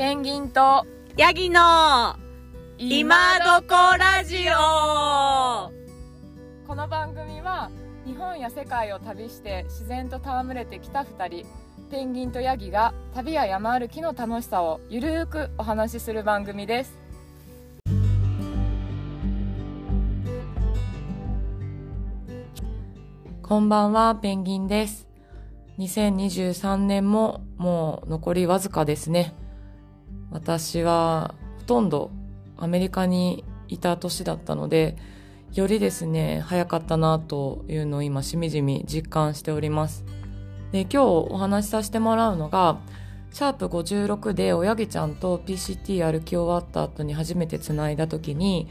ペンギンとヤギの今どこラジオ。 この番組は日本や世界を旅して自然と戯れてきた2人ペンギンとヤギが旅や山歩きの楽しさをゆるーくお話しする番組です。こんばんは、ペンギンです。2023年ももう残りわずかですね。私はほとんどアメリカにいた年だったので、よりですね早かったなというのを今しみじみ実感しております。で、今日お話しさせてもらうのがシャープ56でおやぎちゃんと PCT 歩き終わった後に初めてつないだ時に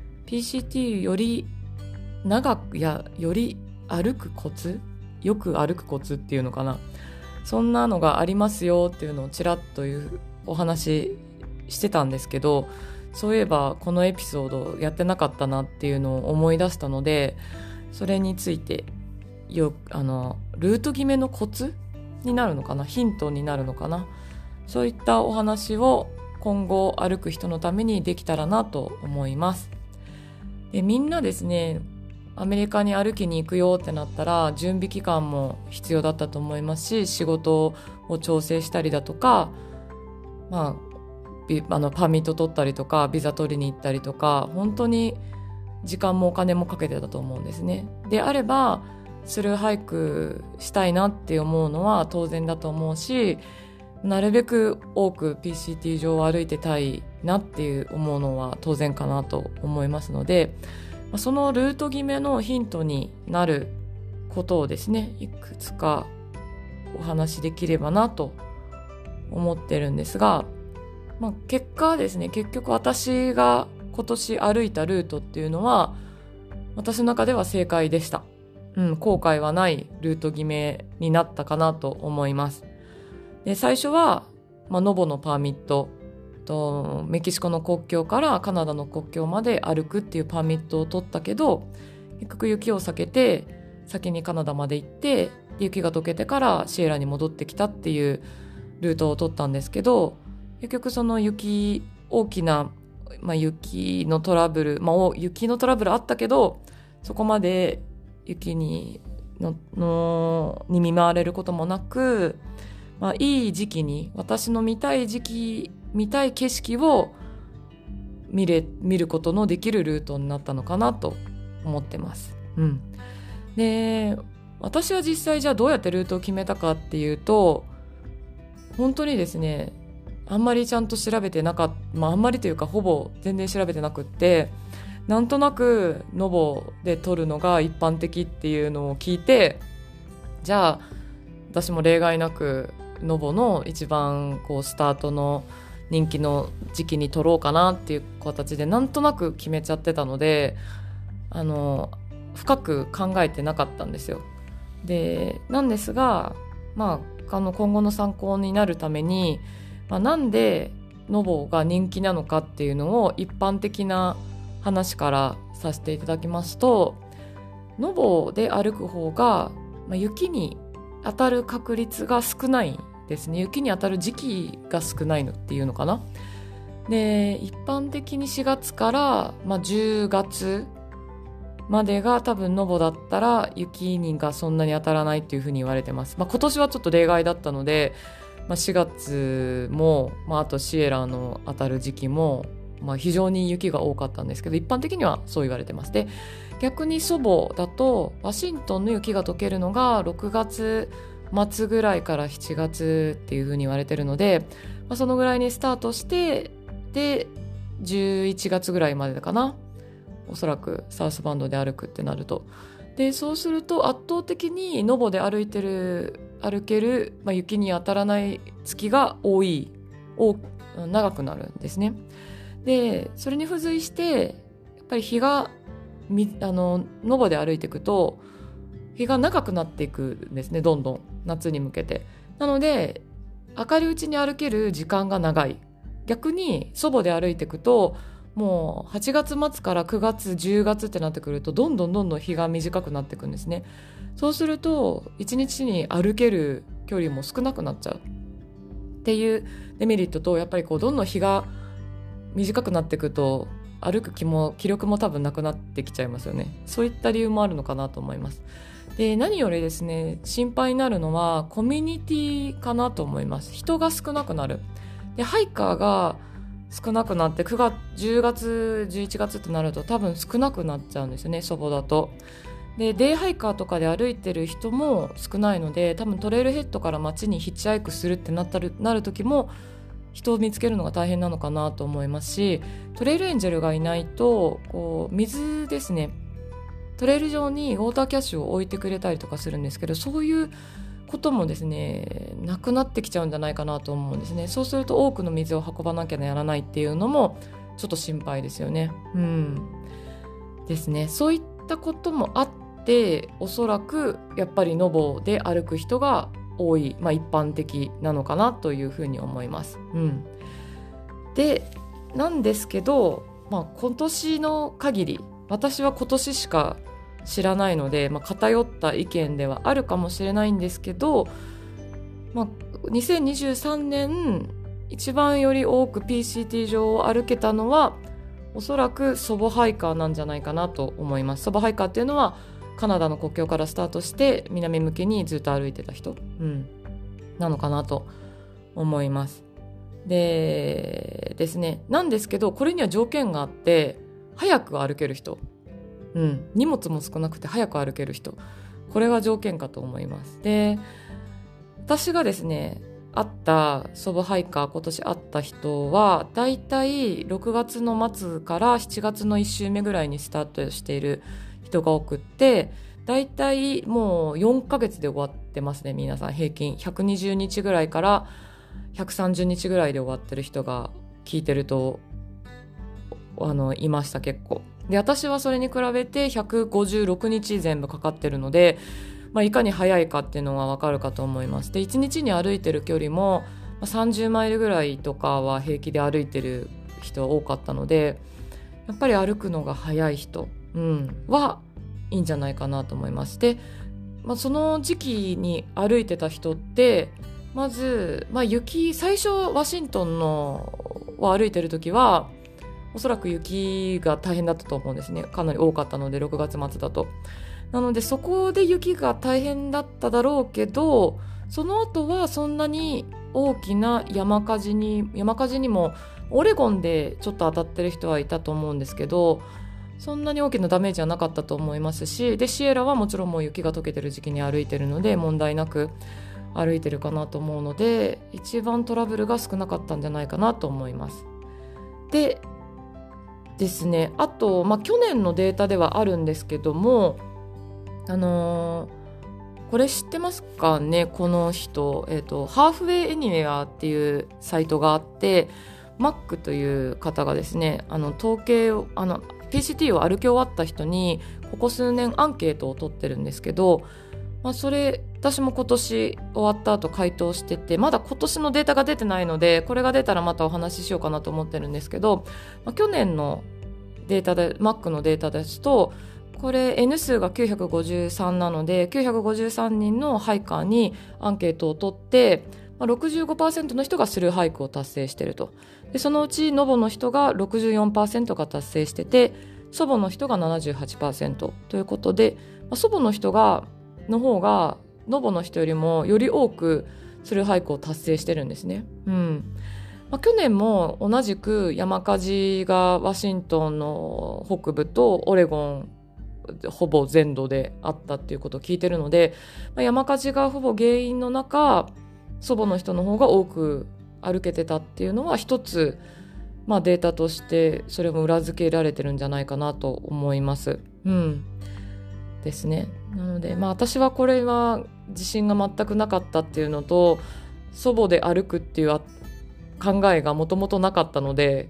PCT より長くより歩くコツ、よく歩くコツっていうのかな、そんなのがありますよっていうのをちらっというお話してたんですけど、そういえばこのエピソードやってなかったなっていうのを思い出したので、それについてルート決めのコツになるのかな、ヒントになるのかな、そういったお話を今後歩く人のためにできたらなと思います。で、みんなですねアメリカに歩きに行くよってなったら準備期間も必要だったと思いますし、仕事を調整したりだとか、パーミット取ったりとかビザ取りに行ったりとか、本当に時間もお金もかけてたと思うんですね。であればスルーハイクしたいなって思うのは当然だと思うし、なるべく多く PCT 上を歩いてたいなっていう思うのは当然かなと思いますので、そのルート決めのヒントになることをですね、いくつかお話しできればなと思ってるんですが、結果ですね、結局私が今年歩いたルートっていうのは私の中では正解でした。後悔はないルート決めになったかなと思います。で、最初は、ノボのパーミットとメキシコの国境からカナダの国境まで歩くっていうパーミットを取ったけど、結局雪を避けて先にカナダまで行って、雪が溶けてからシエラに戻ってきたっていうルートを取ったんですけど、結局その大きな、雪のトラブル、雪のトラブルあったけど、そこまで雪に見舞われることもなく、いい時期に私の見たい景色を見ることのできるルートになったのかなと思ってます。で、私は実際じゃあどうやってルートを決めたかっていうと、本当にですね、あんまりちゃんと調べてなかった、あんまりというかほぼ全然調べてなくって、なんとなくノボで撮るのが一般的っていうのを聞いて、じゃあ私も例外なくノボの一番スタートの人気の時期に撮ろうかなっていう形でなんとなく決めちゃってたので、深く考えてなかったんですよ。で、なんですが、今後の参考になるために、なんでノボが人気なのかっていうのを一般的な話からさせていただきますと、ノボで歩く方が、雪に当たる確率が少ないですね。雪に当たる時期が少ないのっていうのかな。で、一般的に4月から、10月までが多分ノボだったら雪がそんなに当たらないっていうふうに言われてます。今年はちょっと例外だったので、4月も、あとシエラの当たる時期も、非常に雪が多かったんですけど、一般的にはそう言われてます。で、逆に祖母だとワシントンの雪が溶けるのが6月末ぐらいから7月っていう風に言われてるので、そのぐらいにスタートして、で11月ぐらいまでかな、おそらくサウスバンドで歩くってなると。で、そうすると圧倒的にノボで歩ける、雪に当たらない月が長くなるんですね。で、それに付随してやっぱり日がノボで歩いていくと日が長くなっていくんですね、どんどん夏に向けて。なので明るいうちに歩ける時間が長い。逆に祖母で歩いていくともう8月末から9月10月ってなってくるとどんどん日が短くなっていくんですね。そうすると1日に歩ける距離も少なくなっちゃう。 っていうデメリットと、やっぱりこうどんどん日が短くなっていくと歩く気力も多分なくなってきちゃいますよね。そういった理由もあるのかなと思います。で、何よりですね、心配になるのはコミュニティかなと思います。人が少なくなる。で、ハイカーが少なくなって9月、10月、11月ってなると多分少なくなっちゃうんですよね、祖母だと。で、デイハイカーとかで歩いてる人も少ないので、多分トレイルヘッドから街にヒッチハイクするってなる時も人を見つけるのが大変なのかなと思いますし、トレイルエンジェルがいないとこう水ですね、トレイル上にウォーターキャッシュを置いてくれたりとかするんですけど、そういうこともですねなくなってきちゃうんじゃないかなと思うんですね。そうすると多くの水を運ばなきゃならないっていうのもちょっと心配ですよね。ですね。そういったこともあって、おそらくやっぱりノボで歩く人が多い、一般的なのかなというふうに思います。で、なんですけど、今年の限り、私は今年しか知らないので、偏った意見ではあるかもしれないんですけど、2023年一番より多く PCT 上を歩けたのはおそらく祖母ハイカーなんじゃないかなと思います。祖母ハイカーっていうのはカナダの国境からスタートして南向けにずっと歩いてた人、なのかなと思います。でですね、なんですけどこれには条件があって、早く歩ける人、荷物も少なくて早く歩ける人、これが条件かと思います。で、私がですね会った祖母ハイカー、今年会った人はだいたい6月の末から7月の1週目ぐらいにスタートしている人が多くって、だいたいもう4ヶ月で終わってますね。皆さん平均120日ぐらいから130日ぐらいで終わってる人が聞いてるといました。結構で、私はそれに比べて156日全部かかってるので、いかに早いかっていうのがわかるかと思います。で、1日に歩いてる距離も30マイルぐらいとかは平気で歩いてる人多かったので、やっぱり歩くのが早い人、はいいんじゃないかなと思います。で、その時期に歩いてた人ってまず、最初ワシントンを歩いてる時はおそらく雪が大変だったと思うんですね。かなり多かったので、6月末だと。なのでそこで雪が大変だっただろうけど、その後はそんなに大きな山火事にもオレゴンでちょっと当たってる人はいたと思うんですけど、そんなに大きなダメージはなかったと思いますし、でシエラはもちろんもう雪が溶けてる時期に歩いてるので問題なく歩いてるかなと思うので、一番トラブルが少なかったんじゃないかなと思います。でですね、あと、去年のデータではあるんですけども、これ知ってますかね、この人、ハーフウェイエニウェアっていうサイトがあって、マックという方がですね、統計をPCT を歩き終わった人にここ数年アンケートを取ってるんですけど、それ私も今年終わった後回答してて、まだ今年のデータが出てないので、これが出たらまたお話ししようかなと思ってるんですけど、去年のデータで Mac のデータですと、これ N 数が953なので、953人のハイカーにアンケートを取って、65% の人がスルーハイクを達成していると。でそのうちノボの人が 64% が達成してて、祖母の人が 78% ということで、祖母の人の方がノボの人よりもより多くスルーハイクを達成してるんですね。去年も同じく山火事がワシントンの北部とオレゴンほぼ全土であったっていうことを聞いてるので、山火事がほぼ原因の中、祖母の人の方が多く歩けてたっていうのは一つ、データとしてそれも裏付けられてるんじゃないかなと思います。ですね。なので、私はこれは自信が全くなかったっていうのと、祖母で歩くっていう考えがもともとなかったので、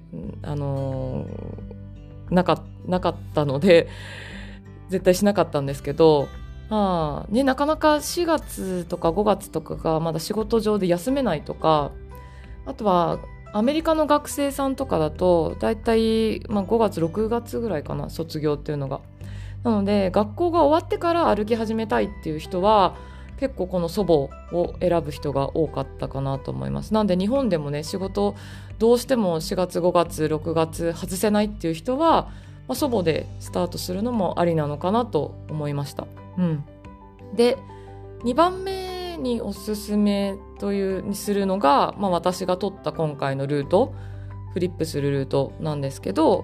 なかったので絶対しなかったんですけど、なかなか4月とか5月とかがまだ仕事上で休めないとか、あとはアメリカの学生さんとかだとだいたい5月6月ぐらいかな、卒業っていうのが。なので学校が終わってから歩き始めたいっていう人は結構この祖母を選ぶ人が多かったかなと思います。なんで日本でもね、仕事どうしても4月5月6月外せないっていう人は、祖母でスタートするのもありなのかなと思いました。で2番目におすすめにするのが、私が取った今回のルート、フリップするルートなんですけど、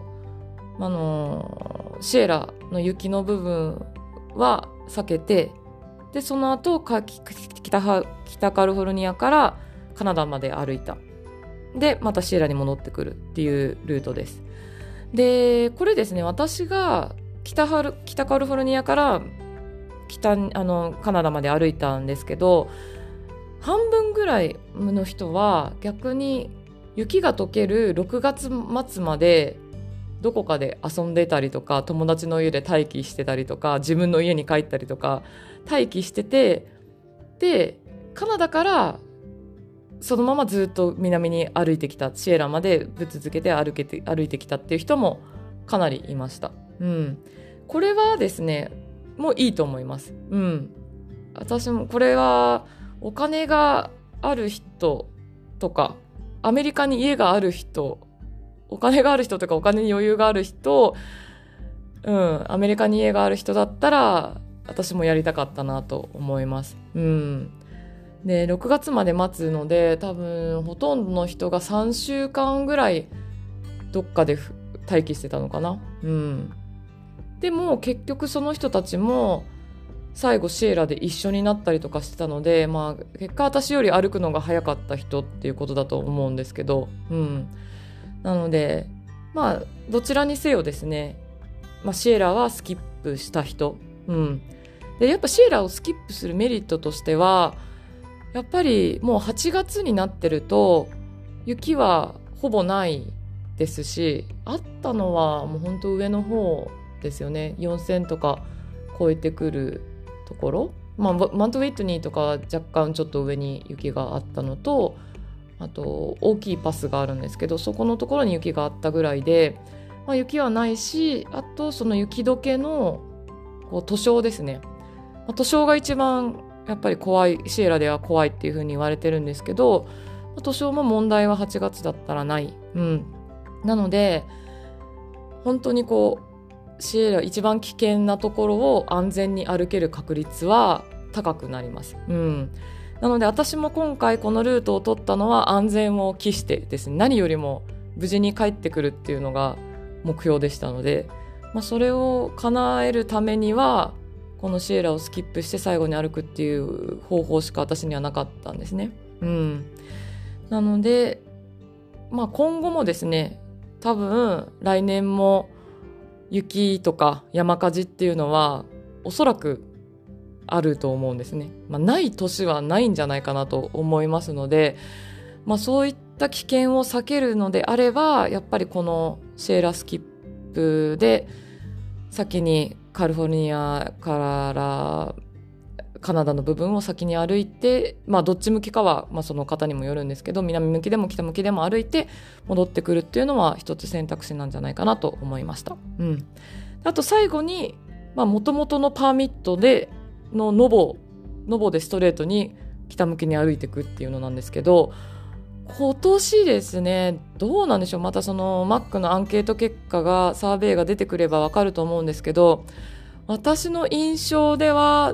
シエラの雪の部分は避けて、でその後北カリフォルニアからカナダまで歩いた。でまたシエラに戻ってくるっていうルートです。でこれですね、私が北カリフォルニアからカナダまで歩いたんですけど、半分ぐらいの人は逆に雪が溶ける6月末までどこかで遊んでたりとか、友達の家で待機してたりとか、自分の家に帰ったりとか待機してて、でカナダからそのままずっと南に歩いてきた、シエラまでぶっ続けて歩いてきたっていう人もかなりいました。これはですねもういいと思います。私もこれはお金がある人とか、アメリカに家がある人、お金がある人とかお金に余裕がある人、アメリカに家がある人だったら私もやりたかったなと思います。で6月まで待つので、多分ほとんどの人が3週間ぐらいどっかで待機してたのかな。でも結局その人たちも最後シエラで一緒になったりとかしてたので、結果私より歩くのが早かった人っていうことだと思うんですけど、なのでどちらにせよですね、シエラはスキップした人、でやっぱシエラをスキップするメリットとしては、やっぱりもう8月になってると雪はほぼないですし、あったのはもう本当上の方ですよね。4000とか超えてくるところ、マントウィットニーとかは若干ちょっと上に雪があったのと、あと大きいパスがあるんですけど、そこのところに雪があったぐらいで、雪はないし、あとその雪解けの塗装ですね。塗装が一番やっぱり怖い、シエラでは怖いっていう風に言われてるんですけど、塗装も問題は8月だったらない。なので本当にシエラ一番危険なところを安全に歩ける確率は高くなります。なので私も今回このルートを取ったのは安全を期してですね、何よりも無事に帰ってくるっていうのが目標でしたので、それを叶えるためにはこのシエラをスキップして最後に歩くっていう方法しか私にはなかったんですね。なので今後もですね、多分来年も雪とか山火事っていうのはおそらくあると思うんですね。ない年はないんじゃないかなと思いますので、そういった危険を避けるのであれば、やっぱりこのシエラスキップで先にカリフォルニアからカナダの部分を先に歩いて、どっち向きかは、その方にもよるんですけど、南向きでも北向きでも歩いて戻ってくるっていうのは一つ選択肢なんじゃないかなと思いました。あと最後に元々のパーミットでのノボでストレートに北向きに歩いていくっていうのなんですけど、今年ですね、どうなんでしょう。またそのマックのアンケート結果が、サーベイが出てくればわかると思うんですけど、私の印象では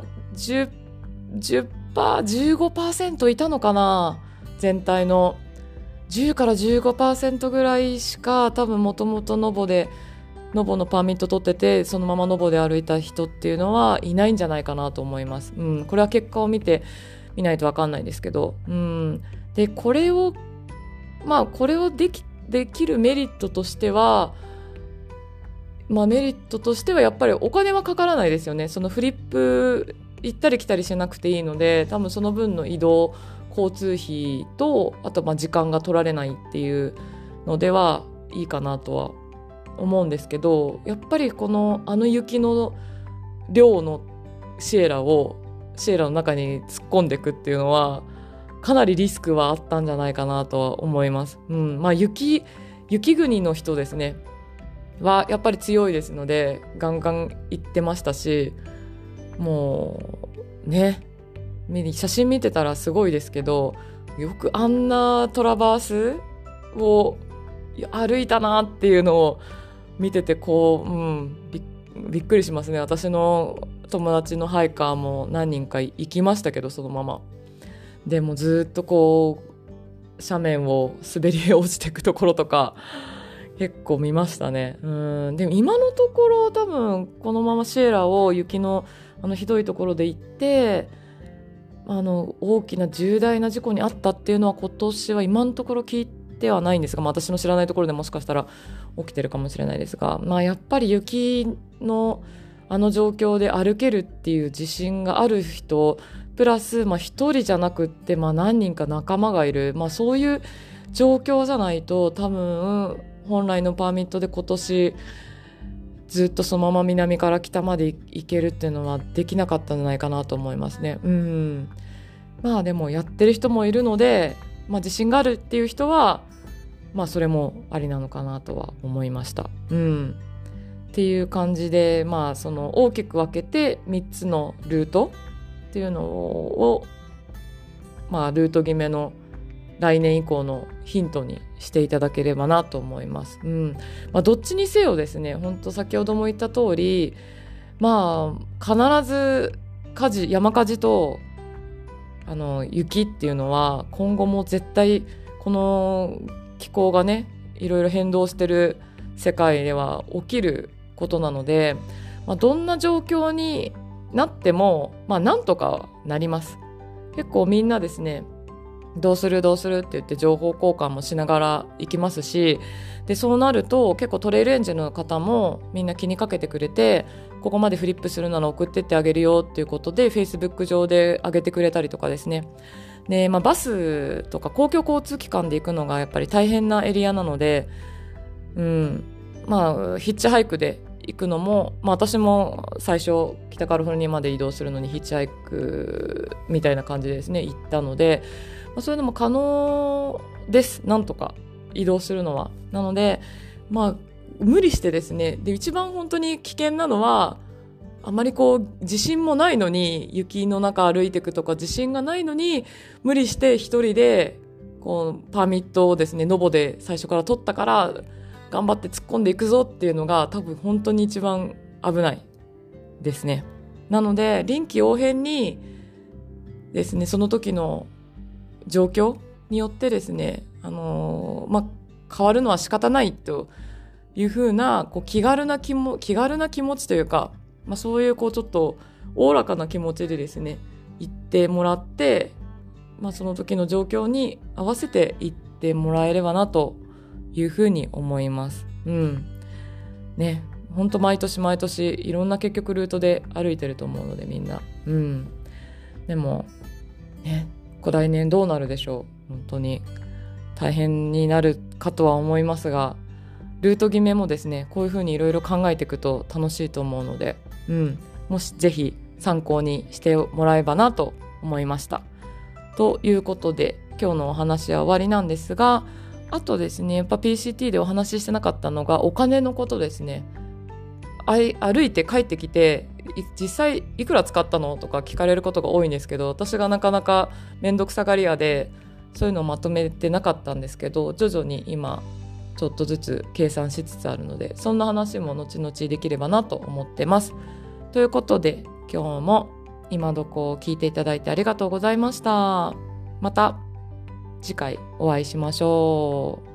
15% いたのかな。全体の10から 15% ぐらいしか多分もともとノボのパーミット取ってて、そのままノボで歩いた人っていうのはいないんじゃないかなと思います。これは結果を見ないと分かんないですけど、でこれをできるメリットとしては、やっぱりお金はかからないですよね。そのフリップ行ったり来たりしなくていいので、多分その分の移動交通費と、あと時間が取られないっていうのではいいかなとは思うんですけど、やっぱりあの雪の量のシエラの中に突っ込んでいくっていうのはかなりリスクはあったんじゃないかなとは思います。雪国の人ですねはやっぱり強いですので、ガンガン行ってましたし、もうね、 写真見てたらすごいですけど、よくあんなトラバースを歩いたなっていうのを見ててびっくりしますね。私の友達のハイカーも何人か行きましたけど、そのままでもずっと斜面を滑り落ちていくところとか結構見ましたね。でも今のところ多分このままシエラを雪のひどいところで行って大きな重大な事故に遭ったっていうのは今年は今のところ聞いてはないんですが、私の知らないところでもしかしたら起きてるかもしれないですが、やっぱり雪の状況で歩けるっていう自信がある人プラス一人じゃなくって何人か仲間がいる、そういう状況じゃないと多分本来のパーミットで今年ずっとそのまま南から北まで行けるっていうのはできなかったんじゃないかなと思いますね。でもやってる人もいるので、自信があるっていう人はそれもありなのかなとは思いました。っていう感じで、その大きく分けて3つのルートっていうのを、ルート決めの来年以降のヒントにしていただければなと思います。どっちにせよですね、本当先ほども言った通り、必ず山火事と雪っていうのは今後も絶対この気候がねいろいろ変動してる世界では起きることなので、どんな状況になってもなんとかなります。結構みんなですね、どうするって言って情報交換もしながら行きますし、でそうなると結構トレイルエンジンの方もみんな気にかけてくれて、ここまでフリップするなら送ってってあげるよっていうことで Facebook 上で上げてくれたりとかですね。で、バスとか公共交通機関で行くのがやっぱり大変なエリアなので、ヒッチハイクで行くのも、私も最初北カリフォルニアまで移動するのにヒッチハイクみたいな感じでですね行ったので、そういうのも可能です。なんとか移動するのは。なので無理してですね、で一番本当に危険なのはあまり自信もないのに雪の中歩いていくとか、自信がないのに無理して一人でパーミットをですねノボで最初から取ったから頑張って突っ込んでいくぞっていうのが多分本当に一番危ないですね。なので臨機応変にですね、その時の状況によってですね、変わるのは仕方ないというふうな気軽な気持ちというか、そういうちょっとおおらかな気持ちでですね行ってもらって、その時の状況に合わせて行ってもらえればなというふうに思います。ね、本当毎年いろんな結局ルートで歩いてると思うのでみんな。でもね、来年どうなるでしょう。本当に大変になるかとは思いますが、ルート決めもですねこういうふうにいろいろ考えていくと楽しいと思うので、もしぜひ参考にしてもらえばなと思いました。ということで今日のお話は終わりなんですが、あとですねやっぱ PCT でお話ししてなかったのがお金のことですね。歩いて帰ってきて実際いくら使ったのとか聞かれることが多いんですけど、私がなかなかめんどくさがり屋でそういうのをまとめてなかったんですけど、徐々に今ちょっとずつ計算しつつあるので、そんな話も後々できればなと思ってます。ということで今日も今どこを聞いていただいてありがとうございました。また次回お会いしましょう。